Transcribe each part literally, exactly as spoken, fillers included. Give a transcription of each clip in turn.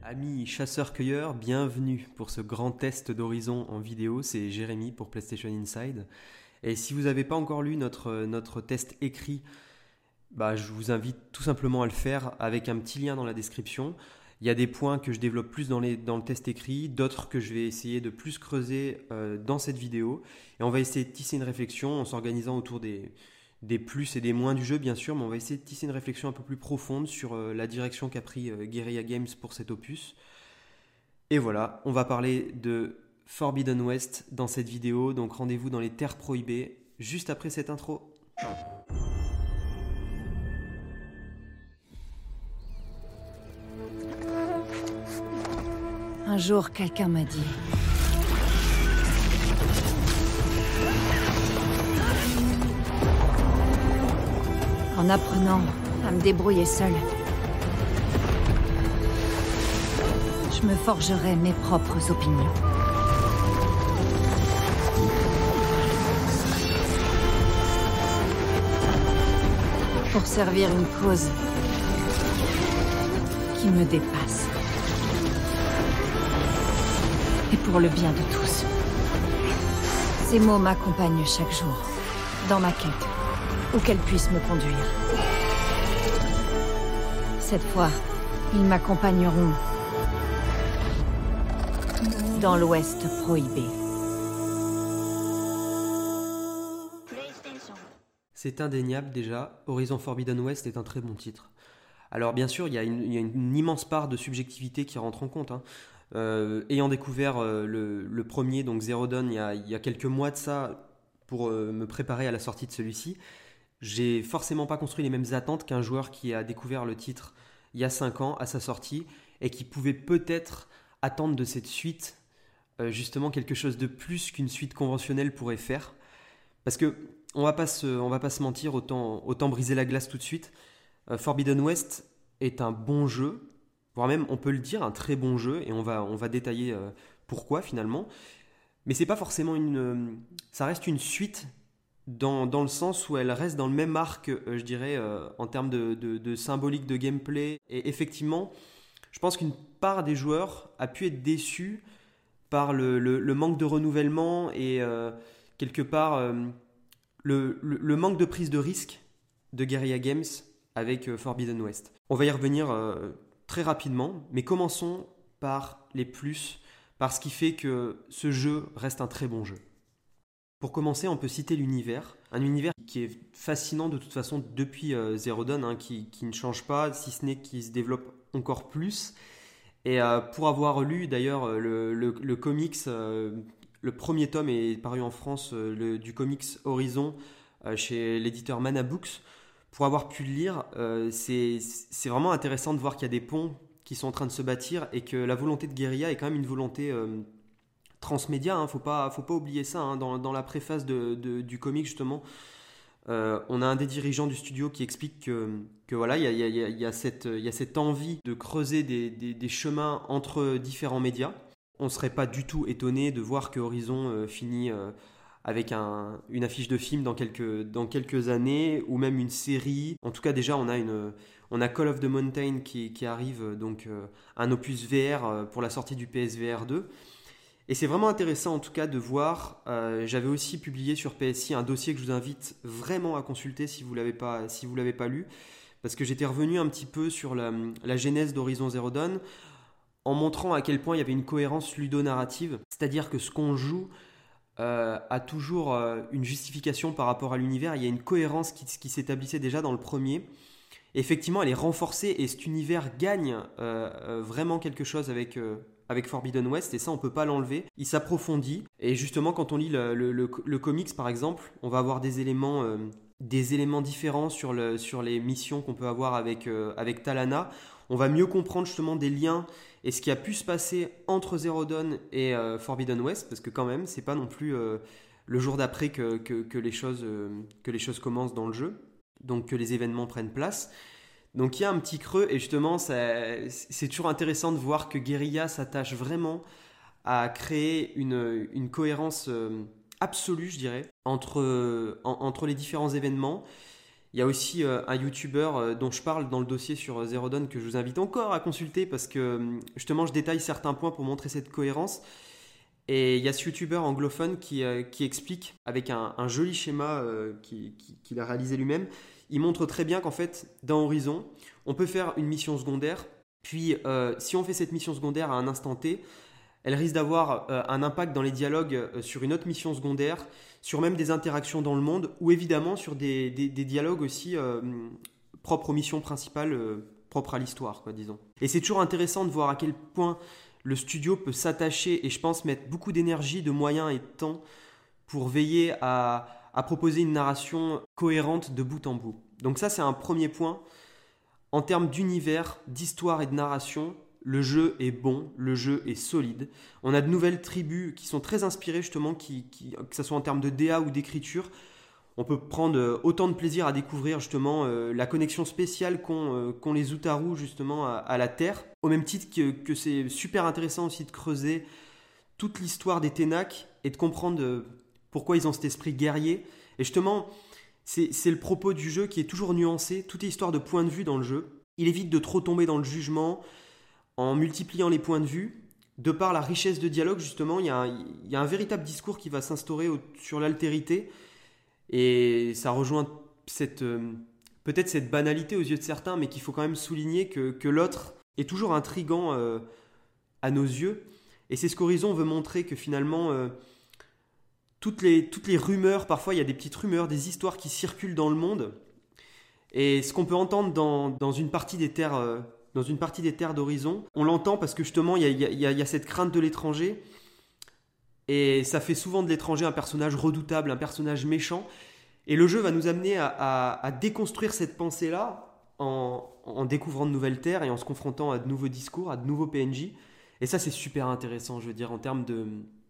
Amis chasseurs-cueilleurs, bienvenue pour ce grand test d'Horizon en vidéo, c'est Jérémy pour PlayStation Inside. Et si vous n'avez pas encore lu notre, notre test écrit, bah, je vous invite tout simplement à le faire avec un petit lien dans la description. Il y a des points que je développe plus dans, les, dans le test écrit, d'autres que je vais essayer de plus creuser euh, dans cette vidéo. Et on va essayer de tisser une réflexion en s'organisant autour des, des plus et des moins du jeu, bien sûr, mais on va essayer de tisser une réflexion un peu plus profonde sur euh, la direction qu'a pris euh, Guerrilla Games pour cet opus. Et voilà, on va parler de Forbidden West dans cette vidéo, donc rendez-vous dans les terres prohibées, juste après cette intro. Un jour, quelqu'un m'a dit... En apprenant à me débrouiller seule, je me forgerai mes propres opinions. Pour servir une cause qui me dépasse. Et pour le bien de tous. Ces mots m'accompagnent chaque jour, dans ma quête, où qu'elle puisse me conduire. Cette fois, ils m'accompagneront dans l'Ouest prohibé. C'est indéniable déjà, Horizon Forbidden West est un très bon titre. Alors bien sûr, il y a une, il y a une immense part de subjectivité qui rentre en compte, hein. Euh, ayant découvert euh, le, le premier, donc Zero Dawn, il y, a, il y a quelques mois de ça, pour euh, me préparer à la sortie de celui-ci, j'ai forcément pas construit les mêmes attentes qu'un joueur qui a découvert le titre il y a cinq ans à sa sortie et qui pouvait peut-être attendre de cette suite euh, justement quelque chose de plus qu'une suite conventionnelle pourrait faire. Parce que on va pas se, on va pas se mentir, autant, autant briser la glace tout de suite. Euh, Forbidden West est un bon jeu, voire même, on peut le dire, un très bon jeu, et on va, on va détailler euh, pourquoi finalement. Mais c'est pas forcément une... Euh, ça reste une suite dans, dans le sens où elle reste dans le même arc, euh, je dirais, euh, en termes de, de, de symbolique, de gameplay. Et effectivement, je pense qu'une part des joueurs a pu être déçue par le, le, le manque de renouvellement et euh, quelque part euh, le, le, le manque de prise de risque de Guerrilla Games avec euh, Forbidden West. On va y revenir... Euh, très rapidement, mais commençons par les plus, par ce qui fait que ce jeu reste un très bon jeu. Pour commencer, on peut citer l'univers, un univers qui est fascinant de toute façon depuis euh, Zero Dawn, hein, qui, qui ne change pas, si ce n'est qu'il se développe encore plus. Et euh, pour avoir lu d'ailleurs le, le, le comics, euh, le premier tome est paru en France euh, le, du comics Horizon euh, chez l'éditeur Mana Books. Pour avoir pu le lire, euh, c'est, c'est vraiment intéressant de voir qu'il y a des ponts qui sont en train de se bâtir et que la volonté de Guerrilla est quand même une volonté euh, transmédia. Il hein, ne faut pas, faut pas oublier ça. Hein, dans, dans la préface de, de, du comic, justement, euh, on a un des dirigeants du studio qui explique que, que voilà, il y a, y a, y a cette, y a cette envie de creuser des, des, des chemins entre différents médias. On ne serait pas du tout étonné de voir que Horizon euh, finit... Euh, avec un, une affiche de film dans quelques, dans quelques années, ou même une série. En tout cas, déjà, on a, une, on a Call of the Mountain qui, qui arrive, donc euh, un opus V R pour la sortie du P S V R deux. Et c'est vraiment intéressant, en tout cas, de voir. Euh, j'avais aussi publié sur P S I un dossier que je vous invite vraiment à consulter si vous ne l'avez pas, si vous l'avez pas lu, parce que j'étais revenu un petit peu sur la, la genèse d'Horizon Zero Dawn, en montrant à quel point il y avait une cohérence ludonarrative, c'est-à-dire que ce qu'on joue Euh, a toujours euh, une justification par rapport à l'univers. Il y a une cohérence qui, qui s'établissait déjà dans le premier. Et effectivement, elle est renforcée et cet univers gagne euh, euh, vraiment quelque chose avec, euh, avec Forbidden West, et ça, on ne peut pas l'enlever. Il s'approfondit. Et justement, quand on lit le, le, le, le comics, par exemple, on va avoir des éléments, euh, des éléments différents sur, le, sur les missions qu'on peut avoir avec, euh, avec Talana. On va mieux comprendre justement des liens et ce qui a pu se passer entre Zero Dawn et euh, Forbidden West, parce que quand même, c'est pas non plus euh, le jour d'après que, que, que, les choses, euh, que les choses commencent dans le jeu, donc que les événements prennent place. Donc il y a un petit creux, et justement, ça, c'est toujours intéressant de voir que Guerrilla s'attache vraiment à créer une, une cohérence euh, absolue, je dirais, entre, euh, en, entre les différents événements. Il y a aussi euh, un YouTuber euh, dont je parle dans le dossier sur euh, Zero Dawn que je vous invite encore à consulter parce que euh, justement je détaille certains points pour montrer cette cohérence. Et il y a ce YouTuber anglophone qui, euh, qui explique avec un, un joli schéma euh, qu'il qui, qui a réalisé lui-même. Il montre très bien qu'en fait, dans Horizon, on peut faire une mission secondaire. Puis, euh, si on fait cette mission secondaire à un instant T, elle risque d'avoir euh, un impact dans les dialogues euh, sur une autre mission secondaire, sur même des interactions dans le monde, ou évidemment sur des, des, des dialogues aussi euh, propres aux missions principales, euh, propres à l'histoire, quoi, disons. Et c'est toujours intéressant de voir à quel point le studio peut s'attacher et je pense mettre beaucoup d'énergie, de moyens et de temps pour veiller à, à proposer une narration cohérente de bout en bout. Donc ça, c'est un premier point. En termes d'univers, d'histoire et de narration, le jeu est bon, le jeu est solide. On a de nouvelles tribus qui sont très inspirées justement, qui, qui, que ce soit en termes de D A ou d'écriture. On peut prendre autant de plaisir à découvrir justement euh, la connexion spéciale qu'ont, euh, qu'ont les Utaru justement à, à la Terre. Au même titre que, que c'est super intéressant aussi de creuser toute l'histoire des Ténac et de comprendre euh, pourquoi ils ont cet esprit guerrier. Et justement, c'est, c'est le propos du jeu qui est toujours nuancé. Tout est histoire de point de vue dans le jeu. Il évite de trop tomber dans le jugement en multipliant les points de vue. De par la richesse de dialogue, justement, il y a un, il y a un véritable discours qui va s'instaurer au, sur l'altérité. Et ça rejoint cette, euh, peut-être cette banalité aux yeux de certains, mais qu'il faut quand même souligner que, que l'autre est toujours intriguant euh, à nos yeux. Et c'est ce qu'Horizon veut montrer, que finalement, euh, toutes, les, toutes les rumeurs, parfois il y a des petites rumeurs, des histoires qui circulent dans le monde. Et ce qu'on peut entendre dans, dans une partie des terres, euh, dans une partie des terres d'Horizon, on l'entend parce que justement, il y a, il y a, il y a cette crainte de l'étranger. Et ça fait souvent de l'étranger un personnage redoutable, un personnage méchant. Et le jeu va nous amener à, à, à déconstruire cette pensée-là en, en découvrant de nouvelles terres et en se confrontant à de nouveaux discours, à de nouveaux P N J. Et ça, c'est super intéressant, je veux dire, en termes de,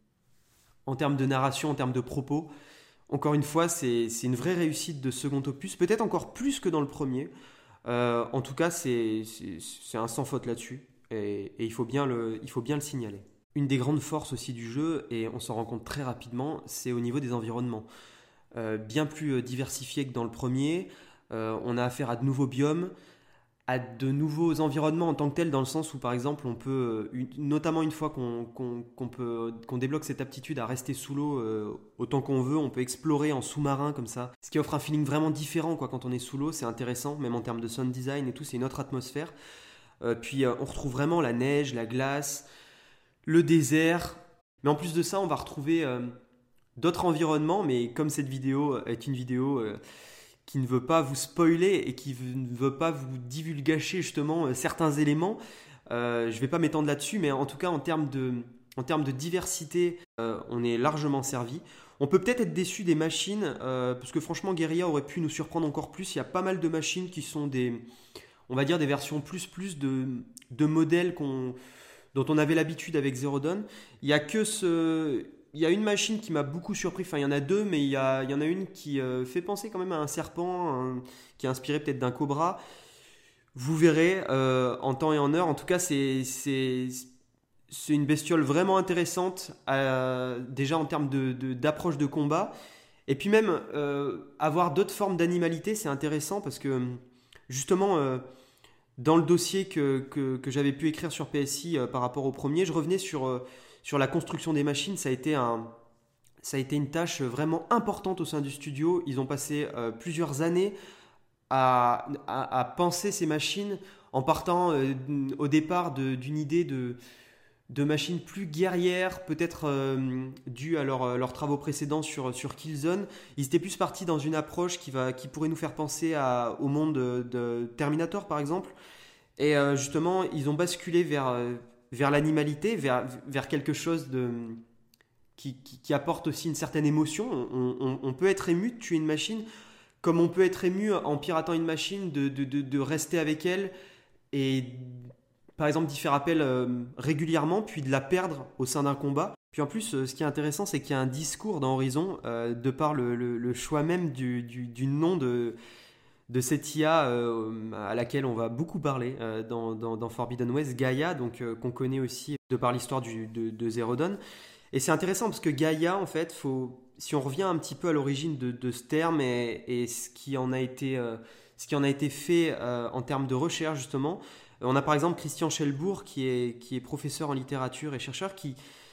en termes de narration, en termes de propos. Encore une fois, c'est, c'est une vraie réussite de second opus, peut-être encore plus que dans le premier. Euh, en tout cas, c'est, c'est, c'est un sans faute là-dessus. Et, et il faut bien le, il faut bien le signaler. Une des grandes forces aussi du jeu, et on s'en rend compte très rapidement, c'est au niveau des environnements. Euh, bien plus diversifiés que dans le premier. Euh, on a affaire à de nouveaux biomes, à de nouveaux environnements en tant que tels, dans le sens où, par exemple, on peut, une, notamment une fois qu'on, qu'on, qu'on, peut, qu'on débloque cette aptitude à rester sous l'eau euh, autant qu'on veut, on peut explorer en sous-marin comme ça. Ce qui offre un feeling vraiment différent quoi, quand on est sous l'eau, c'est intéressant, même en termes de sound design et tout, c'est une autre atmosphère. Euh, puis euh, on retrouve vraiment la neige, la glace, le désert, mais en plus de ça, on va retrouver euh, d'autres environnements, mais comme cette vidéo est une vidéo euh, qui ne veut pas vous spoiler et qui ne veut pas vous divulgacher justement euh, certains éléments, euh, je ne vais pas m'étendre là-dessus, mais en tout cas en termes de, en termes de diversité, euh, on est largement servi. On peut peut-être être déçu des machines, euh, parce que franchement Guerilla aurait pu nous surprendre encore plus. Il y a pas mal de machines qui sont des, on va dire des versions plus plus de, de modèles qu'on... dont on avait l'habitude avec Zero Dawn. Il y a que ce... Il y a une machine qui m'a beaucoup surpris, enfin il y en a deux, mais il y, a, il y en a une qui euh, fait penser quand même à un serpent, un, qui est inspiré peut-être d'un cobra. Vous verrez euh, en temps et en heure. En tout cas, c'est, c'est, c'est une bestiole vraiment intéressante, à, déjà en termes de, de, d'approche de combat. Et puis même, euh, avoir d'autres formes d'animalité, c'est intéressant parce que justement... Euh, Dans le dossier que, que, que j'avais pu écrire sur P S I euh, par rapport au premier, je revenais sur, euh, sur la construction des machines. Ça a, été un, ça a été une tâche vraiment importante au sein du studio. Ils ont passé euh, plusieurs années à, à, à penser ces machines en partant euh, au départ de, d'une idée de, de machines plus guerrières, peut-être euh, due à leur, leurs travaux précédents sur, sur Killzone. Ils étaient plus partis dans une approche qui, va, qui pourrait nous faire penser à, au monde de, de Terminator, par exemple. Et euh, justement, ils ont basculé vers, euh, vers l'animalité, vers, vers quelque chose de, qui, qui, qui apporte aussi une certaine émotion. On, on, on peut être ému de tuer une machine, comme on peut être ému en piratant une machine, de, de, de, de rester avec elle et... par exemple d'y faire appel euh, régulièrement, puis de la perdre au sein d'un combat. Puis en plus, euh, ce qui est intéressant, c'est qu'il y a un discours dans Horizon, euh, de par le, le, le choix même du, du, du nom de, de cette I A euh, à laquelle on va beaucoup parler euh, dans, dans, dans Forbidden West, Gaïa, donc, euh, qu'on connaît aussi de par l'histoire du, de, de Zero Dawn. Et c'est intéressant parce que Gaïa, en fait, faut... si on revient un petit peu à l'origine de, de ce terme et, et ce, qui en a été, euh, ce qui en a été fait euh, en termes de recherche justement, on a par exemple Christian Schelbourg qui est, qui est professeur en littérature et chercheur qui,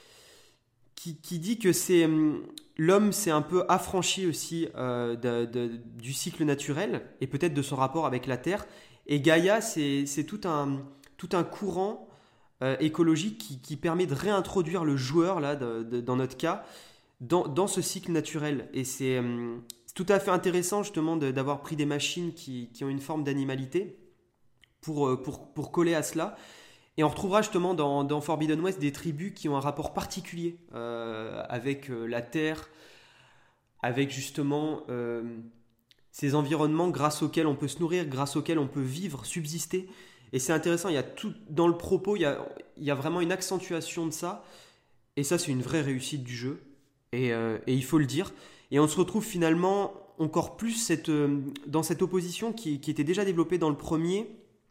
qui, qui dit que c'est, l'homme s'est un peu affranchi aussi euh, de, de, du cycle naturel et peut-être de son rapport avec la Terre. Et Gaïa, c'est, c'est tout, un, tout un courant euh, écologique qui, qui permet de réintroduire le joueur, là, de, de, dans notre cas, dans, dans ce cycle naturel. Et c'est, euh, c'est tout à fait intéressant justement de, d'avoir pris des machines qui, qui ont une forme d'animalité pour, pour, pour coller à cela. Et on retrouvera justement dans, dans Forbidden West des tribus qui ont un rapport particulier euh, avec euh, la terre, avec justement euh, ces environnements grâce auxquels on peut se nourrir, grâce auxquels on peut vivre, subsister. Et c'est intéressant, il y a tout dans le propos, il y a, il y a vraiment une accentuation de ça. Et ça, c'est une vraie réussite du jeu. Et, euh, et il faut le dire. Et on se retrouve finalement encore plus cette, euh, dans cette opposition qui, qui était déjà développée dans le premier,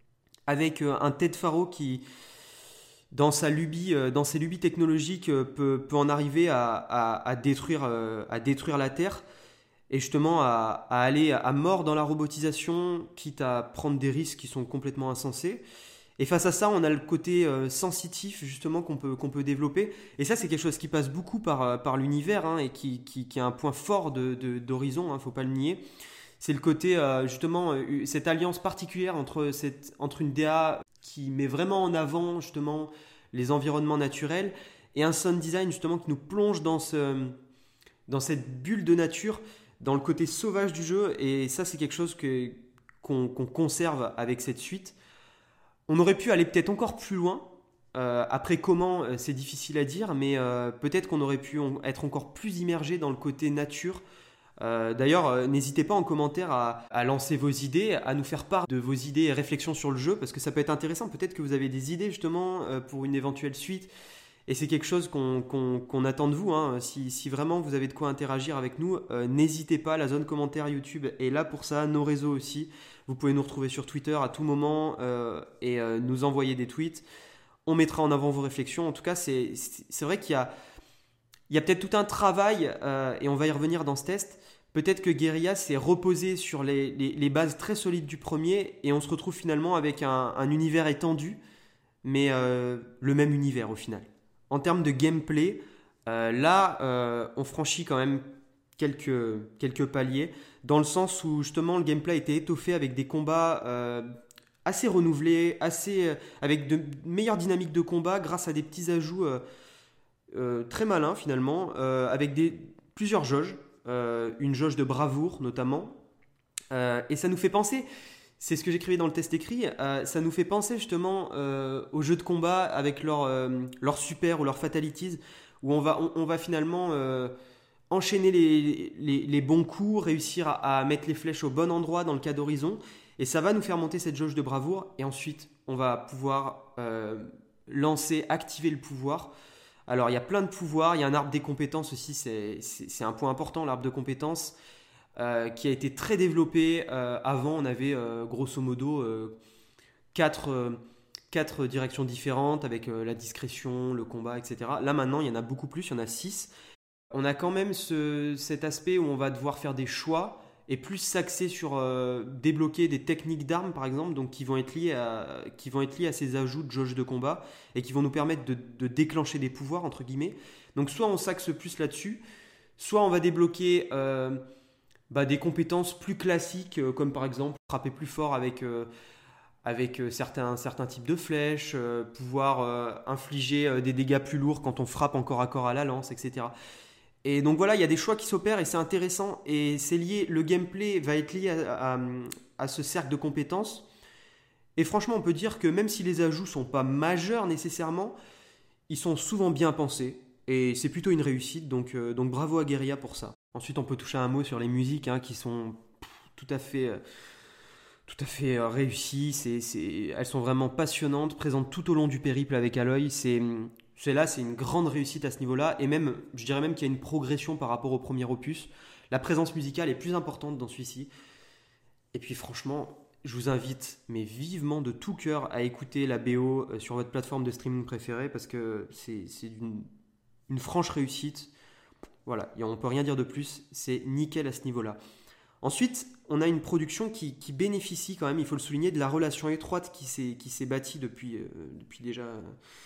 avec euh, un Ted Faro qui, dans, sa lubie, euh, dans ses lubies technologiques, euh, peut, peut en arriver à, à, à, détruire, euh, à détruire la Terre. Et justement à, à aller à mort dans la robotisation, quitte à prendre des risques qui sont complètement insensés. Et face à ça, on a le côté euh, sensitif justement qu'on peut, qu'on peut développer. Et ça, c'est quelque chose qui passe beaucoup par, par l'univers hein, et qui, qui, qui est un point fort de, de, d'Horizon, hein, faut pas le nier. C'est le côté euh, justement euh, cette alliance particulière entre, cette, entre une D A qui met vraiment en avant justement les environnements naturels et un sound design justement qui nous plonge dans, ce, dans cette bulle de nature, dans le côté sauvage du jeu. Et ça, c'est quelque chose que, qu'on, qu'on conserve avec cette suite. On aurait pu aller peut-être encore plus loin. Euh, après comment, euh, c'est difficile à dire, mais euh, peut-être qu'on aurait pu on, être encore plus immergé dans le côté nature. Euh, d'ailleurs, euh, n'hésitez pas en commentaire à, à lancer vos idées, à nous faire part de vos idées et réflexions sur le jeu, parce que ça peut être intéressant. Peut-être que vous avez des idées justement euh, pour une éventuelle suite. Et c'est quelque chose qu'on, qu'on, qu'on attend de vous. Hein. Si, si vraiment vous avez de quoi interagir avec nous, euh, n'hésitez pas. La zone commentaire YouTube est là pour ça, nos réseaux aussi. Vous pouvez nous retrouver sur Twitter à tout moment euh, et euh, nous envoyer des tweets. On mettra en avant vos réflexions. En tout cas, c'est, c'est, c'est vrai qu'il y a, il y a peut-être tout un travail, euh, et on va y revenir dans ce test. Peut-être que Guerrilla s'est reposé sur les, les, les bases très solides du premier et on se retrouve finalement avec un, un univers étendu, mais euh, le même univers au final. En termes de gameplay, euh, là, euh, on franchit quand même quelques, quelques paliers, dans le sens où justement le gameplay a été étoffé avec des combats euh, assez renouvelés, assez, euh, avec de meilleures dynamiques de combat grâce à des petits ajouts euh, euh, très malins finalement, euh, avec des, plusieurs jauges, euh, une jauge de bravoure notamment, euh, et ça nous fait penser... C'est ce que j'écrivais dans le test écrit, euh, ça nous fait penser justement euh, aux jeux de combat avec leurs euh, leur super ou leurs fatalities, où on va, on, on va finalement euh, enchaîner les, les, les bons coups, réussir à, à mettre les flèches au bon endroit dans le cas d'Horizon, et ça va nous faire monter cette jauge de bravoure, et ensuite on va pouvoir euh, lancer, activer le pouvoir. Alors il y a plein de pouvoirs, il y a un arbre des compétences aussi, c'est, c'est, c'est un point important, l'arbre de compétences. Euh, qui a été très développé. Euh, avant, on avait euh, grosso modo euh, quatre, euh, quatre directions différentes avec euh, la discrétion, le combat, et cetera. Là, maintenant, il y en a beaucoup plus, il y en a six. On a quand même ce, cet aspect où on va devoir faire des choix et plus s'axer sur euh, débloquer des techniques d'armes, par exemple, donc qui vont être liées à, qui vont être liées à ces ajouts de jauge de combat et qui vont nous permettre de, de déclencher des pouvoirs, entre guillemets. Donc, soit on s'axe plus là-dessus, soit on va débloquer... Euh, Bah, des compétences plus classiques, euh, comme par exemple frapper plus fort avec, euh, avec euh, certains, certains types de flèches, euh, pouvoir euh, infliger euh, des dégâts plus lourds quand on frappe encore à corps à la lance, et cetera. Et donc voilà, il y a des choix qui s'opèrent et c'est intéressant. Et c'est lié, le gameplay va être lié à, à, à ce cercle de compétences. Et franchement, on peut dire que même si les ajouts ne sont pas majeurs nécessairement, ils sont souvent bien pensés. Et c'est plutôt une réussite, donc, euh, donc bravo à Guerrilla pour ça. Ensuite, on peut toucher un mot sur les musiques hein, qui sont pff, tout à fait, euh, tout à fait euh, réussies. C'est, c'est, elles sont vraiment passionnantes, présentes tout au long du périple avec Aloy. C'est, c'est là, c'est une grande réussite à ce niveau-là. Et même, je dirais même qu'il y a une progression par rapport au premier opus. La présence musicale est plus importante dans celui-ci. Et puis franchement, je vous invite, mais vivement de tout cœur, à écouter la B O sur votre plateforme de streaming préférée parce que c'est, c'est une, une franche réussite. Voilà, et on ne peut rien dire de plus, c'est nickel à ce niveau-là. Ensuite, on a une production qui, qui bénéficie quand même, il faut le souligner, de la relation étroite qui s'est, qui s'est bâtie depuis, euh, depuis déjà euh,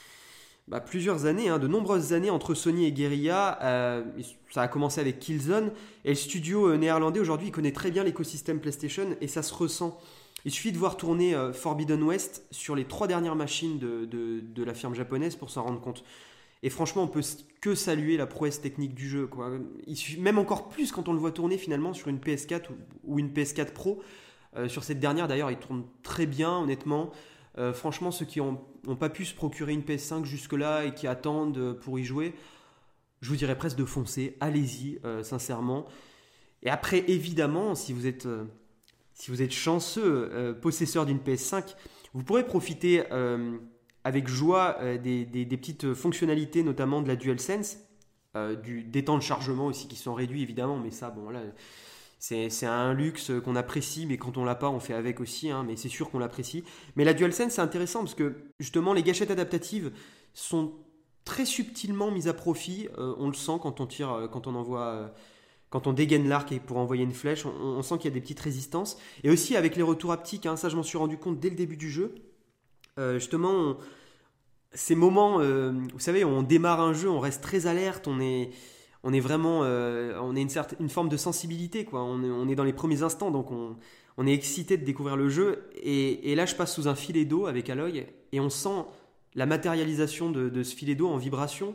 bah, plusieurs années, hein, de nombreuses années entre Sony et Guerrilla. Euh, ça a commencé avec Killzone, et le studio euh, néerlandais aujourd'hui il connaît très bien l'écosystème PlayStation et ça se ressent. Il suffit de voir tourner euh, Forbidden West sur les trois dernières machines de, de, de la firme japonaise pour s'en rendre compte. Et franchement, on peut que saluer la prouesse technique du jeu, quoi. Il suffit, même encore plus quand on le voit tourner finalement sur une P S quatre ou, ou une P S quatre Pro. Euh, sur cette dernière d'ailleurs, il tourne très bien honnêtement. Euh, franchement, ceux qui n'ont pas pu se procurer une P S cinq jusque-là et qui attendent pour y jouer, je vous dirais presque de foncer. Allez-y, euh, sincèrement. Et après, évidemment, si vous êtes, euh, si vous êtes chanceux, euh, possesseur d'une P S cinq, vous pourrez profiter... Euh, avec joie euh, des, des, des petites fonctionnalités, notamment de la DualSense, euh, du, des temps de chargement aussi qui sont réduits évidemment, mais ça, bon, voilà, c'est, c'est un luxe qu'on apprécie, mais quand on l'a pas, on fait avec aussi, hein, mais c'est sûr qu'on l'apprécie. Mais la DualSense, c'est intéressant parce que justement, les gâchettes adaptatives sont très subtilement mises à profit. Euh, on le sent quand on tire, euh, quand on envoie. Euh, Quand on dégaine l'arc et pour envoyer une flèche, on, on sent qu'il y a des petites résistances. Et aussi avec les retours haptiques, hein, ça je m'en suis rendu compte dès le début du jeu. Euh, justement, on, ces moments, euh, vous savez, on démarre un jeu, on reste très alerte, on est, on est vraiment, euh, on a une certaine, une forme de sensibilité, quoi. On est, on est dans les premiers instants, donc on, on est excité de découvrir le jeu. Et, et là, je passe sous un filet d'eau avec Aloy, et on sent la matérialisation de, de ce filet d'eau en vibration.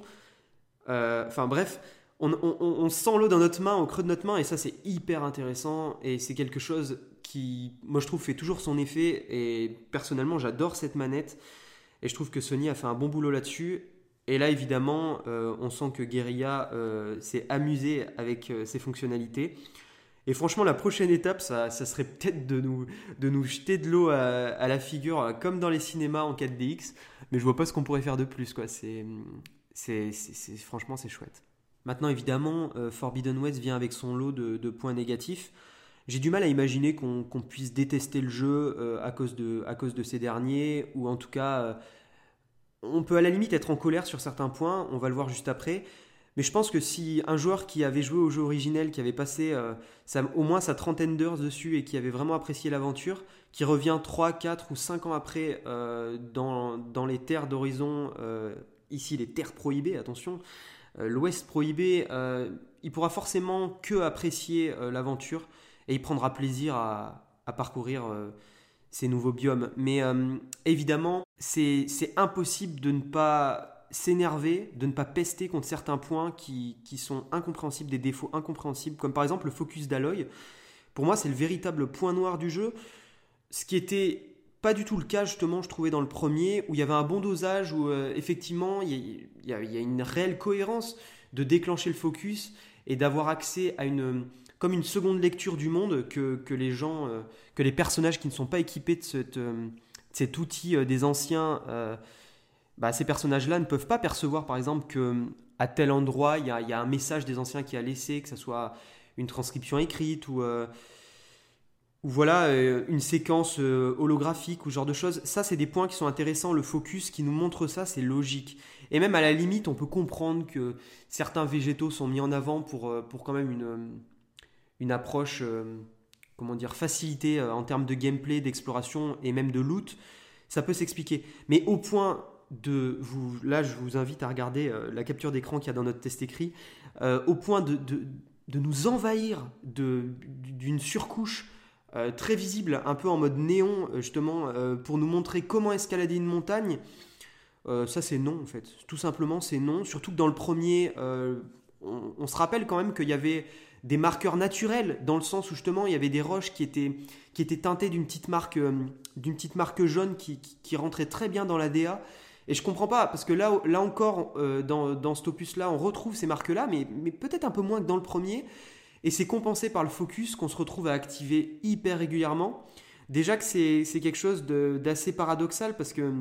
Euh, enfin bref, on, on, on sent l'eau dans notre main, au creux de notre main, et ça c'est hyper intéressant, et c'est quelque chose qui, moi je trouve, fait toujours son effet, et personnellement j'adore cette manette, et je trouve que Sony a fait un bon boulot là-dessus. Et là évidemment, euh, on sent que Guerrilla euh, s'est amusé avec euh, ses fonctionnalités. Et franchement, la prochaine étape, ça, ça serait peut-être de nous, de nous jeter de l'eau à, à la figure, comme dans les cinémas en quatre D X, mais je vois pas ce qu'on pourrait faire de plus, quoi. C'est, c'est, c'est, c'est, franchement, c'est chouette. Maintenant, évidemment, euh, Forbidden West vient avec son lot de, de points négatifs. J'ai du mal à imaginer qu'on, qu'on puisse détester le jeu euh, à, cause de, à cause de ces derniers, ou en tout cas, euh, on peut à la limite être en colère sur certains points, on va le voir juste après. Mais je pense que si un joueur qui avait joué au jeu originel, qui avait passé euh, sa, au moins sa trentaine d'heures dessus et qui avait vraiment apprécié l'aventure, qui revient trois, quatre ou cinq ans après euh, dans, dans les terres d'Horizon, euh, ici les terres prohibées, attention, euh, l'Ouest prohibé, euh, il pourra forcément que apprécier euh, l'aventure et il prendra plaisir à, à parcourir euh, ces nouveaux biomes. Mais euh, évidemment, c'est, c'est impossible de ne pas s'énerver, de ne pas pester contre certains points qui, qui sont incompréhensibles, des défauts incompréhensibles, comme par exemple le focus d'Aloy. Pour moi, c'est le véritable point noir du jeu, ce qui était pas du tout le cas, justement, je trouvais, dans le premier, où il y avait un bon dosage, où euh, effectivement, il y, y, a, il y a une réelle cohérence de déclencher le focus et d'avoir accès à une... comme une seconde lecture du monde que, que les gens, euh, que les personnages qui ne sont pas équipés de, cette, euh, de cet outil euh, des anciens, euh, bah, ces personnages-là ne peuvent pas percevoir, par exemple, qu'à tel endroit, il y a, y a un message des anciens qui a laissé, que ce soit une transcription écrite ou, euh, ou voilà, euh, une séquence euh, holographique ou ce genre de choses. Ça, c'est des points qui sont intéressants. Le focus qui nous montre ça, c'est logique. Et même à la limite, on peut comprendre que certains végétaux sont mis en avant pour, euh, pour quand même une... une approche, euh, comment dire, facilitée euh, en termes de gameplay, d'exploration et même de loot, ça peut s'expliquer. Mais au point de vous, là je vous invite à regarder euh, la capture d'écran qu'il y a dans notre test écrit, euh, au point de, de, de nous envahir de, d'une surcouche euh, très visible, un peu en mode néon, justement, euh, pour nous montrer comment escalader une montagne, euh, ça c'est non en fait. Tout simplement c'est non, surtout que dans le premier, euh, on, on se rappelle quand même qu'il y avait des marqueurs naturels, dans le sens où justement il y avait des roches qui étaient, qui étaient teintées d'une petite marque, euh, d'une petite marque jaune qui, qui, qui rentrait très bien dans la D A. Et je comprends pas, parce que là, là encore, euh, dans, dans cet opus-là, on retrouve ces marques-là, mais, mais peut-être un peu moins que dans le premier. Et c'est compensé par le focus qu'on se retrouve à activer hyper régulièrement. Déjà que c'est, c'est quelque chose de, d'assez paradoxal, parce que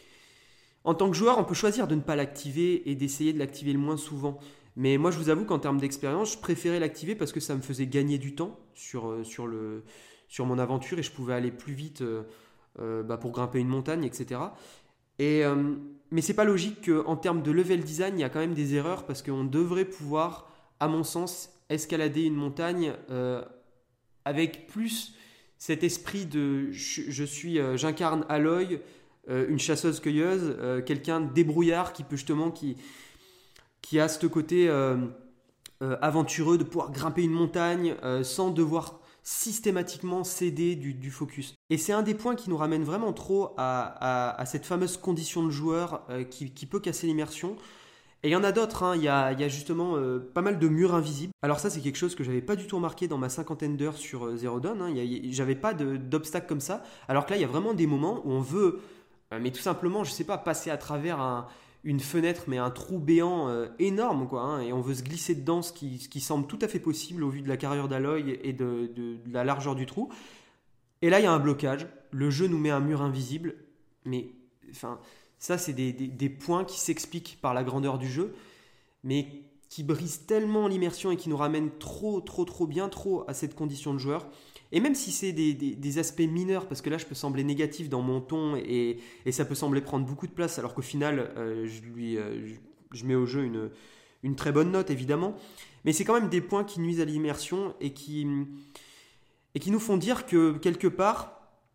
en tant que joueur, on peut choisir de ne pas l'activer et d'essayer de l'activer le moins souvent. Mais moi, je vous avoue qu'en termes d'expérience, je préférais l'activer parce que ça me faisait gagner du temps sur, euh, sur, le, sur mon aventure et je pouvais aller plus vite euh, euh, bah, pour grimper une montagne, et cetera. Et, euh, mais c'est pas logique qu'en termes de level design, il y a quand même des erreurs parce qu'on devrait pouvoir à mon sens, escalader une montagne euh, avec plus cet esprit de je, je suis, euh, j'incarne Aloy, euh, une chasseuse-cueilleuse, euh, quelqu'un de débrouillard qui peut justement qui, qui a ce côté euh, euh, aventureux de pouvoir grimper une montagne euh, sans devoir systématiquement céder du, du focus. Et c'est un des points qui nous ramène vraiment trop à, à, à cette fameuse condition de joueur euh, qui, qui peut casser l'immersion. Et il y en a d'autres, hein. il, y a, il y a justement euh, pas mal de murs invisibles. Alors ça c'est quelque chose que j'avais pas du tout remarqué dans ma cinquantaine d'heures sur euh, Zero Dawn, hein. Il y a, j'avais pas de, d'obstacles comme ça, alors que là il y a vraiment des moments où on veut, euh, mais tout simplement, je sais pas, passer à travers un, une fenêtre, mais un trou béant euh, énorme, quoi, hein, et on veut se glisser dedans, ce qui, ce qui semble tout à fait possible au vu de la carrure d'Aloy et de, de, de la largeur du trou. Et là il y a un blocage, le jeu nous met un mur invisible, mais enfin... Ça, c'est des, des, des points qui s'expliquent par la grandeur du jeu, mais qui brisent tellement l'immersion et qui nous ramènent trop, trop, trop bien, trop à cette condition de joueur. Et même si c'est des, des, des aspects mineurs, parce que là, je peux sembler négatif dans mon ton et, et ça peut sembler prendre beaucoup de place, alors qu'au final, euh, je, lui, euh, je, je mets au jeu une, une très bonne note, évidemment. Mais c'est quand même des points qui nuisent à l'immersion et qui, et qui nous font dire que, quelque part,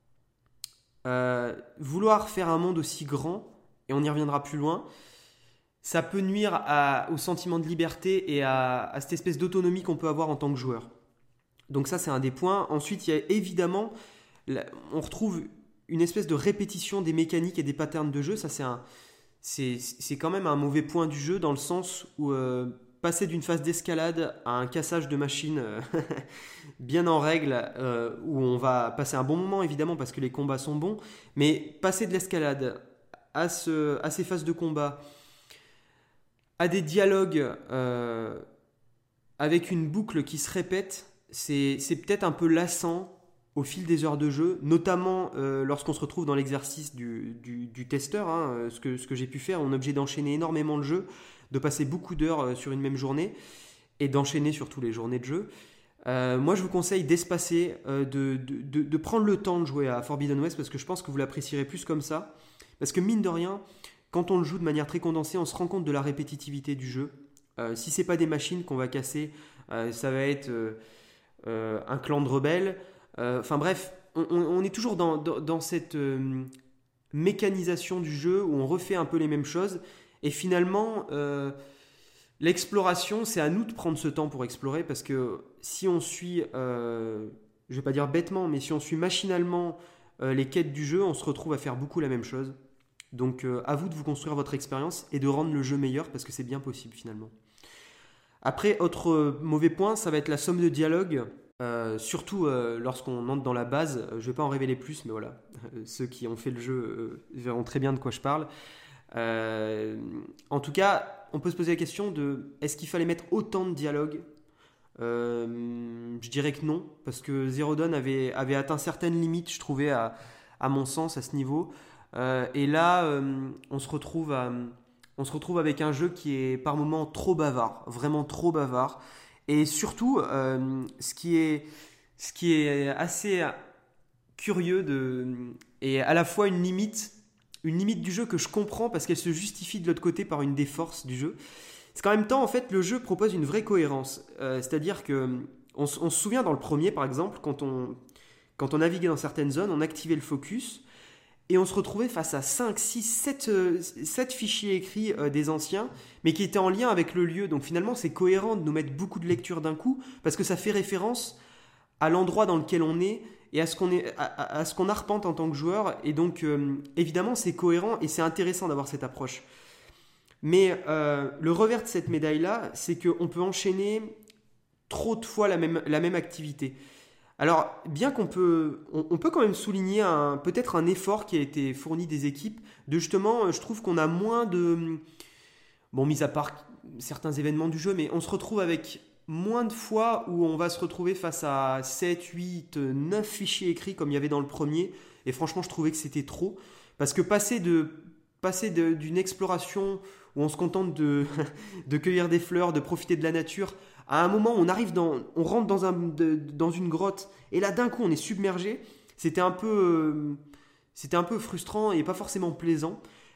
euh, vouloir faire un monde aussi grand, et on y reviendra plus loin, ça peut nuire à, au sentiment de liberté et à, à cette espèce d'autonomie qu'on peut avoir en tant que joueur. Donc ça, c'est un des points. Ensuite, il y a évidemment, on retrouve une espèce de répétition des mécaniques et des patterns de jeu. Ça, c'est, un, c'est, c'est quand même un mauvais point du jeu, dans le sens où euh, passer d'une phase d'escalade à un cassage de machine euh, bien en règle, euh, où on va passer un bon moment, évidemment, parce que les combats sont bons, mais passer de l'escalade à, ce, à ces phases de combat, à des dialogues euh, avec une boucle qui se répète, c'est, c'est peut-être un peu lassant au fil des heures de jeu, notamment euh, lorsqu'on se retrouve dans l'exercice du, du, du testeur, hein, ce que, ce que j'ai pu faire, on est obligé d'enchaîner énormément de jeux, de passer beaucoup d'heures sur une même journée, et d'enchaîner surtout les journées de jeu. Euh, moi, je vous conseille d'espacer, euh, de, de, de, de prendre le temps de jouer à Forbidden West, parce que je pense que vous l'apprécierez plus comme ça, parce que mine de rien, quand on le joue de manière très condensée, on se rend compte de la répétitivité du jeu. Euh, si c'est pas des machines qu'on va casser, euh, ça va être euh, euh, un clan de rebelles. Enfin euh, bref, on, on est toujours dans, dans, dans cette euh, mécanisation du jeu où on refait un peu les mêmes choses. Et finalement, euh, l'exploration, c'est à nous de prendre ce temps pour explorer, parce que si on suit, euh, je vais pas dire bêtement, mais si on suit machinalement euh, les quêtes du jeu, on se retrouve à faire beaucoup la même chose. Donc euh, à vous de vous construire votre expérience et de rendre le jeu meilleur, parce que c'est bien possible finalement. Après, autre euh, mauvais point, ça va être la somme de dialogue, euh, surtout euh, lorsqu'on entre dans la base. Je ne vais pas en révéler plus, mais voilà, ceux qui ont fait le jeu euh, verront très bien de quoi je parle. Euh, en tout cas, on peut se poser la question de est-ce qu'il fallait mettre autant de dialogue ? euh, Je dirais que non, parce que Zero Dawn avait, avait atteint certaines limites, je trouvais, à, à mon sens, à ce niveau. Euh, et là, euh, on, se retrouve à, on se retrouve avec un jeu qui est par moments trop bavard, vraiment trop bavard. Et surtout, euh, ce, qui est, ce qui est assez curieux de, et à la fois une limite, une limite du jeu que je comprends parce qu'elle se justifie de l'autre côté par une des forces du jeu, c'est qu'en même temps, en fait, le jeu propose une vraie cohérence. Euh, c'est-à-dire que on, on se souvient dans le premier, par exemple, quand on, quand on naviguait dans certaines zones, on activait le focus. Et on se retrouvait face à cinq, six, sept, euh, sept fichiers écrits euh, des anciens, mais qui étaient en lien avec le lieu. Donc finalement, c'est cohérent de nous mettre beaucoup de lectures d'un coup, parce que ça fait référence à l'endroit dans lequel on est et à ce qu'on, est, à, à, à ce qu'on arpente en tant que joueur. Et donc, euh, évidemment, c'est cohérent et c'est intéressant d'avoir cette approche. Mais euh, le revers de cette médaille-là, c'est qu'on peut enchaîner trop de fois la même, la même activité. Alors, bien qu'on peut, on, on peut quand même souligner un, peut-être un effort qui a été fourni des équipes, de justement, je trouve qu'on a moins de... Bon, mis à part certains événements du jeu, mais on se retrouve avec moins de fois où on va se retrouver face à sept, huit, neuf fichiers écrits comme il y avait dans le premier, et franchement, je trouvais que c'était trop, parce que passer, de, passer de, d'une exploration où on se contente de, de cueillir des fleurs, de profiter de la nature... À un moment, on arrive dans, on rentre dans, un, de, dans une grotte et là, d'un coup, on est submergé. C'était un peu, euh, c'était un peu frustrant et pas forcément plaisant.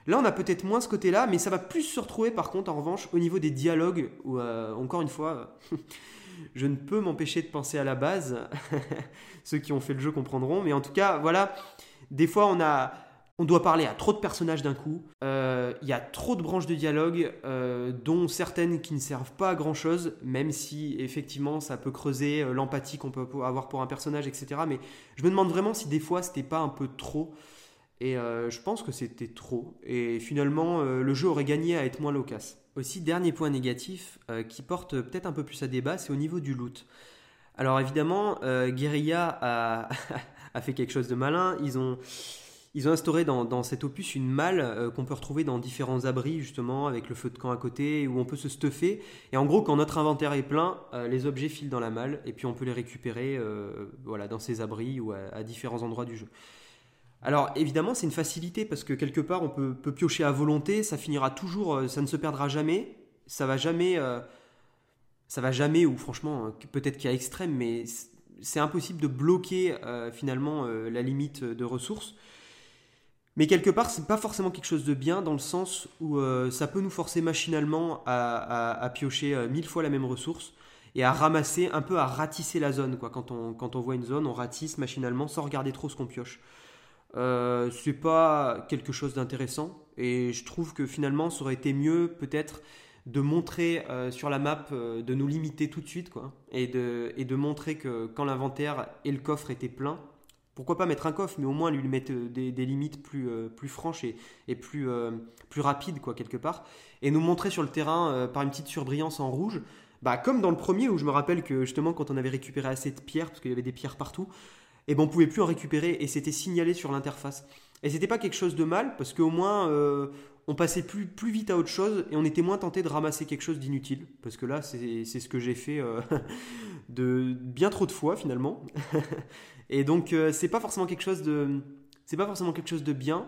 Là, on a peut-être moins ce côté-là, mais ça va plus se retrouver par contre, en revanche, au niveau des dialogues, où, euh, encore une fois, je ne peux m'empêcher de penser à la base. Ceux qui ont fait le jeu comprendront, mais en tout cas, voilà, des fois, on a... On doit parler à trop de personnages d'un coup, il euh, y a trop de branches de dialogue, euh, dont certaines qui ne servent pas à grand chose, même si effectivement ça peut creuser euh, l'empathie qu'on peut avoir pour un personnage, et cetera. Mais je me demande vraiment si des fois c'était pas un peu trop, et euh, je pense que c'était trop, et finalement euh, le jeu aurait gagné à être moins loquace. Aussi, dernier point négatif, euh, qui porte peut-être un peu plus à débat, c'est au niveau du loot. Alors évidemment, euh, Guerrilla a, a fait quelque chose de malin, ils ont... Ils ont instauré dans, dans cet opus une malle euh, qu'on peut retrouver dans différents abris, justement, avec le feu de camp à côté, où on peut se stuffer. Et en gros, quand notre inventaire est plein, euh, les objets filent dans la malle, et puis on peut les récupérer euh, voilà, dans ces abris ou à, à différents endroits du jeu. Alors, évidemment, c'est une facilité, parce que quelque part, on peut, peut piocher à volonté, ça finira toujours, euh, ça ne se perdra jamais, ça va jamais, euh, ça va jamais, ou franchement, peut-être qu'il y a extrême, mais c'est impossible de bloquer, euh, finalement, euh, la limite de ressources. Mais quelque part, c'est pas forcément quelque chose de bien dans le sens où euh, ça peut nous forcer machinalement à, à, à piocher euh, mille fois la même ressource et à ramasser, un peu à ratisser la zone, quoi. Quand on, quand on voit une zone, on ratisse machinalement sans regarder trop ce qu'on pioche. Euh, c'est pas quelque chose d'intéressant et je trouve que finalement, ça aurait été mieux peut-être de montrer euh, sur la map, euh, de nous limiter tout de suite, quoi, et de, et de montrer que quand l'inventaire et le coffre étaient pleins, pourquoi pas mettre un coffre, mais au moins lui mettre des, des limites plus, euh, plus franches et, et plus, euh, plus rapides, quoi, quelque part. Et nous montrer sur le terrain, euh, par une petite surbrillance en rouge, bah, comme dans le premier, où je me rappelle que justement, quand on avait récupéré assez de pierres, parce qu'il y avait des pierres partout, et ben on ne pouvait plus en récupérer, et c'était signalé sur l'interface. Et c'était pas quelque chose de mal, parce qu'au moins, euh, on passait plus, plus vite à autre chose, et on était moins tenté de ramasser quelque chose d'inutile. Parce que là, c'est, c'est ce que j'ai fait euh, de bien trop de fois, finalement. Et donc euh, c'est pas forcément quelque chose de c'est pas forcément quelque chose de bien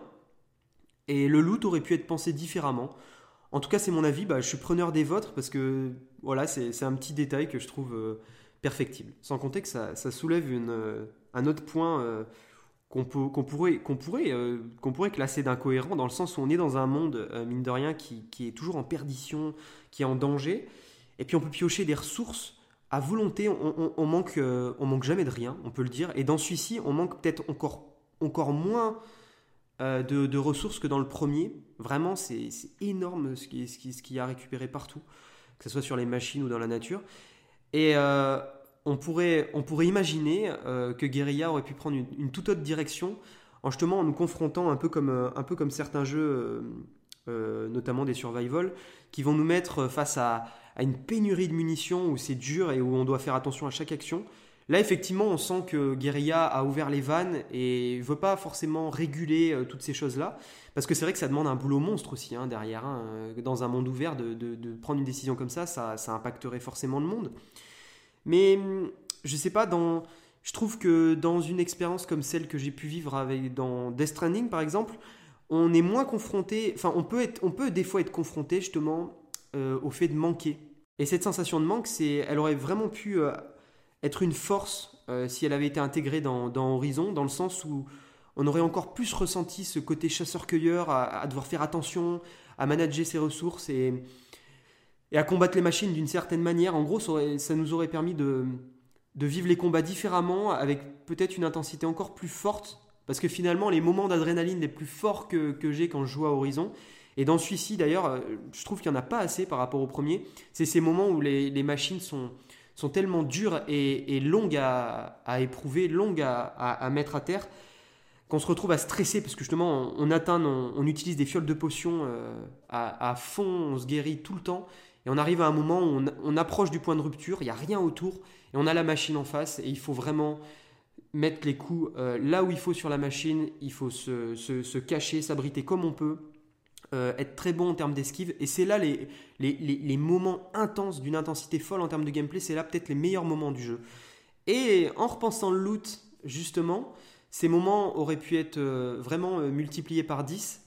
et le loot aurait pu être pensé différemment. En tout cas, c'est mon avis, bah, je suis preneur des vôtres parce que voilà, c'est, c'est un petit détail que je trouve euh, perfectible. Sans compter que ça, ça soulève une, euh, un autre point euh, qu'on, peut, qu'on pourrait qu'on pourrait euh, qu'on pourrait classer d'incohérent dans le sens où on est dans un monde euh, mine de rien qui, qui est toujours en perdition, qui est en danger et puis on peut piocher des ressources à volonté, on, on, on, manque, euh, on manque jamais de rien, on peut le dire. Et dans celui-ci, on manque peut-être encore, encore moins euh, de, de ressources que dans le premier. Vraiment, c'est, c'est énorme ce qu'il ce qui, ce qui y a récupéré partout, que ce soit sur les machines ou dans la nature. Et euh, on, pourrait, on pourrait imaginer euh, que Guerrilla aurait pu prendre une, une toute autre direction en justement en nous confrontant un peu comme, euh, un peu comme certains jeux, euh, euh, notamment des survival, qui vont nous mettre face à à une pénurie de munitions où c'est dur et où on doit faire attention à chaque action. Là, effectivement, on sent que Guerrilla a ouvert les vannes et ne veut pas forcément réguler euh, toutes ces choses-là. Parce que c'est vrai que ça demande un boulot monstre aussi, hein, derrière. Hein, dans un monde ouvert, de, de, de prendre une décision comme ça, ça, ça impacterait forcément le monde. Mais je sais pas, dans, je trouve que dans une expérience comme celle que j'ai pu vivre avec, dans Death Stranding, par exemple, on est moins confronté... Enfin, on peut, être, on peut des fois être confronté, justement, euh, au fait de manquer. Et cette sensation de manque, c'est, elle aurait vraiment pu euh, être une force euh, si elle avait été intégrée dans, dans Horizon, dans le sens où on aurait encore plus ressenti ce côté chasseur-cueilleur, à, à devoir faire attention, à manager ses ressources et, et à combattre les machines d'une certaine manière. En gros, ça, aurait, ça nous aurait permis de, de vivre les combats différemment, avec peut-être une intensité encore plus forte, parce que finalement, les moments d'adrénaline les plus forts que, que j'ai quand je joue à Horizon, et dans celui-ci, d'ailleurs, je trouve qu'il n'y en a pas assez par rapport au premier. C'est ces moments où les, les machines sont, sont tellement dures et, et longues à, à éprouver, longues à, à, à mettre à terre, qu'on se retrouve à stresser parce que justement, on, on atteint, on, on utilise des fioles de potions euh, à, à fond, on se guérit tout le temps. Et on arrive à un moment où on, on approche du point de rupture, il n'y a rien autour, et on a la machine en face, et il faut vraiment mettre les coups euh, là où il faut sur la machine, il faut se, se, se cacher, s'abriter comme on peut. Euh, être très bon en termes d'esquive, et c'est là les, les, les, les moments intenses, d'une intensité folle en termes de gameplay, c'est là peut-être les meilleurs moments du jeu. Et en repensant le loot, justement, ces moments auraient pu être euh, vraiment euh, multipliés par dix,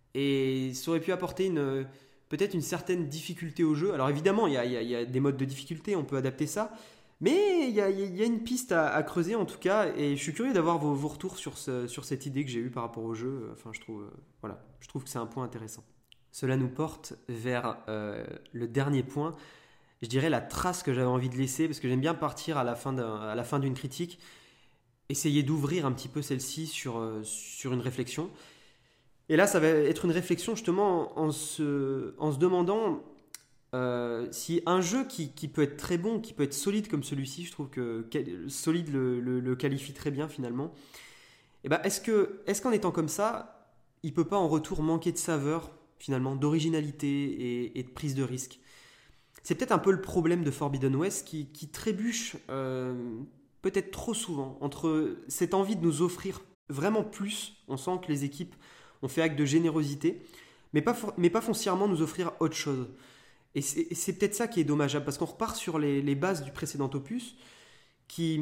et ça aurait pu apporter une, euh, peut-être une certaine difficulté au jeu. Alors évidemment, il y a, y a, y a des modes de difficulté, on peut adapter ça, Mais il y a, y a une piste à, à creuser en tout cas, et je suis curieux d'avoir vos, vos retours sur, ce, sur cette idée que j'ai eue par rapport au jeu. Enfin, je trouve, euh, voilà, je trouve que c'est un point intéressant. Cela nous porte vers euh, le dernier point, je dirais la trace que j'avais envie de laisser, parce que j'aime bien partir à la fin, d'un, à la fin d'une critique, essayer d'ouvrir un petit peu celle-ci sur, euh, sur une réflexion. Et là, ça va être une réflexion justement en se, en se demandant euh, si un jeu qui, qui peut être très bon, qui peut être solide comme celui-ci, je trouve que solide le, le, le qualifie très bien finalement, et ben est-ce, que, est-ce qu'en étant comme ça, il ne peut pas en retour manquer de saveur finalement, d'originalité et, et de prise de risque. C'est peut-être un peu le problème de Forbidden West qui, qui trébuche euh, peut-être trop souvent entre cette envie de nous offrir vraiment plus, on sent que les équipes ont fait acte de générosité, mais pas, for- mais pas foncièrement nous offrir autre chose. Et c'est, et c'est peut-être ça qui est dommageable, parce qu'on repart sur les, les bases du précédent opus, qui,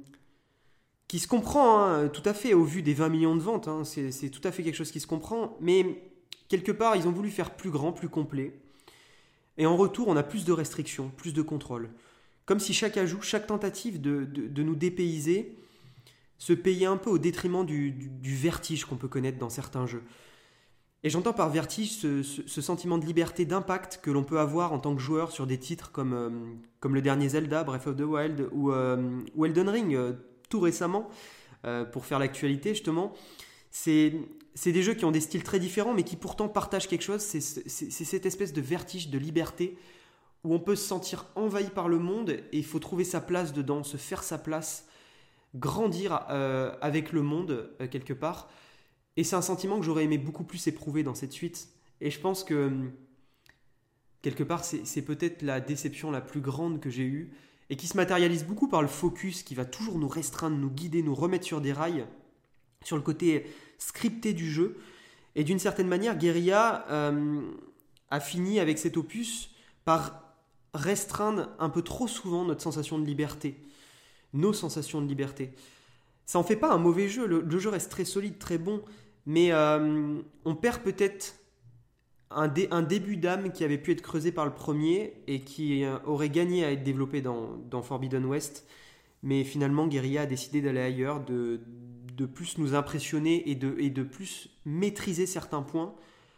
qui se comprend hein, tout à fait au vu des vingt millions de ventes, hein, c'est, c'est tout à fait quelque chose qui se comprend, mais quelque part ils ont voulu faire plus grand, plus complet, et en retour on a plus de restrictions, plus de contrôle. Comme si chaque ajout, chaque tentative de, de, de nous dépayser se payait un peu au détriment du, du, du vertige qu'on peut connaître dans certains jeux. Et j'entends par vertige ce, ce, ce sentiment de liberté, d'impact que l'on peut avoir en tant que joueur sur des titres comme, euh, comme le dernier Zelda, Breath of the Wild, ou, euh, ou Elden Ring, euh, tout récemment, euh, pour faire l'actualité justement. C'est, c'est des jeux qui ont des styles très différents, mais qui pourtant partagent quelque chose, c'est, c'est, c'est cette espèce de vertige, de liberté, où on peut se sentir envahi par le monde, et il faut trouver sa place dedans, se faire sa place, grandir euh, avec le monde, euh, quelque part. Et c'est un sentiment que j'aurais aimé beaucoup plus éprouver dans cette suite. Et je pense que, quelque part, c'est, c'est peut-être la déception la plus grande que j'ai eue, et qui se matérialise beaucoup par le focus, qui va toujours nous restreindre, nous guider, nous remettre sur des rails, sur le côté scripté du jeu. Et d'une certaine manière, Guerrilla euh, a fini avec cet opus par restreindre un peu trop souvent notre sensation de liberté, nos sensations de liberté. Ça en fait pas un mauvais jeu, le, le jeu reste très solide, très bon, mais euh, on perd peut-être un, dé, un début d'âme qui avait pu être creusé par le premier et qui euh, aurait gagné à être développé dans, dans Forbidden West, mais finalement Guerrilla a décidé d'aller ailleurs, de, de plus nous impressionner et de, et de plus maîtriser certains points,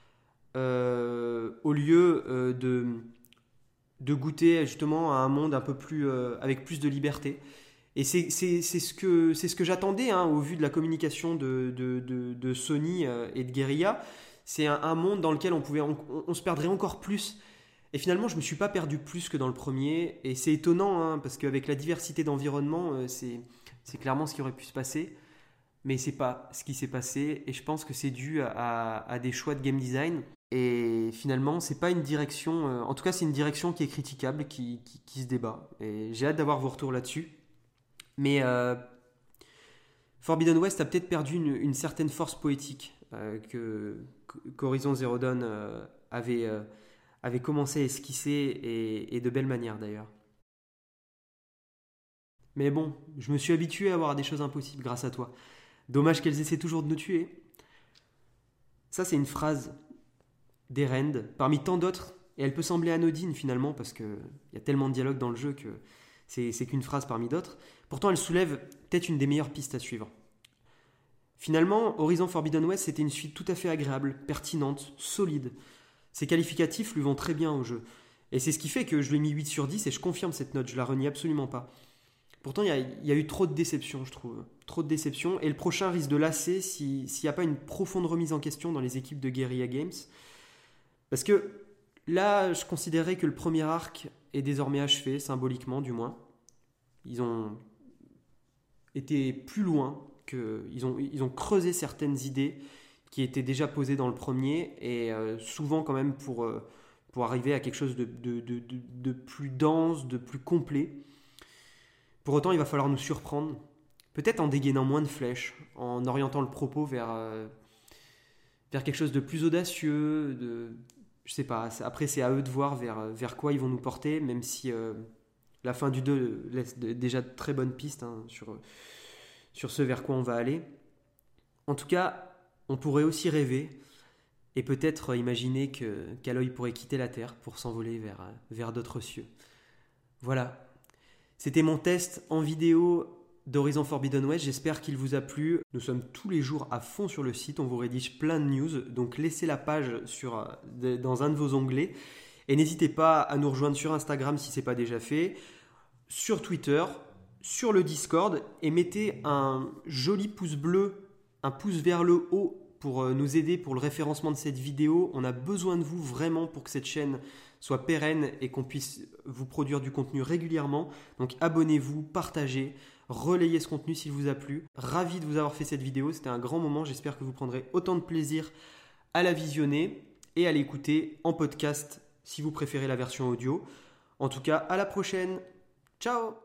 euh, au lieu euh, de, de goûter justement à un monde un peu plus, euh, avec plus de liberté. Et c'est, c'est, c'est ce que, c'est ce que j'attendais hein, au vu de la communication de, de, de, de Sony euh, et de Guerrilla. C'est un, un monde dans lequel on, pouvait, on, on se perdrait encore plus. Et finalement, je ne me suis pas perdu plus que dans le premier. Et c'est étonnant, hein, parce qu'avec la diversité d'environnement, euh, c'est, c'est clairement ce qui aurait pu se passer. Mais ce n'est pas ce qui s'est passé. Et je pense que c'est dû à, à des choix de game design. Et finalement, c'est pas une direction... Euh, en tout cas, c'est une direction qui est critiquable, qui, qui, qui se débat. Et j'ai hâte d'avoir vos retours là-dessus. Mais euh, Forbidden West a peut-être perdu une, une certaine force poétique euh, que, qu'Horizon Zero Dawn euh, avait, euh, avait commencé à esquisser, et, et de belle manière d'ailleurs. Mais bon, je me suis habitué à avoir des choses impossibles grâce à toi. Dommage qu'elles essaient toujours de nous tuer. Ça, c'est une phrase d'Erend, parmi tant d'autres, et elle peut sembler anodine finalement, parce qu'il y a tellement de dialogue dans le jeu que c'est, c'est qu'une phrase parmi d'autres. Pourtant, elle soulève peut-être une des meilleures pistes à suivre. Finalement, Horizon Forbidden West, c'était une suite tout à fait agréable, pertinente, solide. Ses qualificatifs lui vont très bien au jeu. Et c'est ce qui fait que je lui ai mis huit sur dix, et je confirme cette note, je la renie absolument pas. Pourtant, il y a, il y a eu trop de déceptions, je trouve. Trop de déceptions, et le prochain risque de lasser si, s'il n'y a pas une profonde remise en question dans les équipes de Guerrilla Games. Parce que là, je considérais que le premier arc est désormais achevé, symboliquement du moins. Ils ont été plus loin, que, ils, ont, ils ont creusé certaines idées qui étaient déjà posées dans le premier, et euh, souvent quand même pour, euh, pour arriver à quelque chose de, de, de, de, de plus dense, de plus complet. Pour autant, il va falloir nous surprendre, peut-être en dégainant moins de flèches, en orientant le propos vers, euh, vers quelque chose de plus audacieux, de, je sais pas, après c'est à eux de voir vers, vers quoi ils vont nous porter, même si euh, la fin du deux laisse de, déjà de très bonnes pistes hein, sur, sur ce vers quoi on va aller. En tout cas, on pourrait aussi rêver et peut-être imaginer que, qu'Aloy pourrait quitter la Terre pour s'envoler vers, vers d'autres cieux. Voilà. C'était mon test en vidéo d'Horizon Forbidden West, j'espère qu'il vous a plu. Nous sommes tous les jours à fond sur le site, on vous rédige plein de news, donc laissez la page sur, dans un de vos onglets et n'hésitez pas à nous rejoindre sur Instagram si ce n'est pas déjà fait, sur Twitter, sur le Discord et mettez un joli pouce bleu, un pouce vers le haut pour nous aider pour le référencement de cette vidéo. On a besoin de vous vraiment pour que cette chaîne soit pérenne et qu'on puisse vous produire du contenu régulièrement. Donc abonnez-vous, partagez, relayez ce contenu s'il vous a plu. Ravi de vous avoir fait cette vidéo, c'était un grand moment. J'espère que vous prendrez autant de plaisir à la visionner et à l'écouter en podcast si vous préférez la version audio. En tout cas, à la prochaine. Ciao!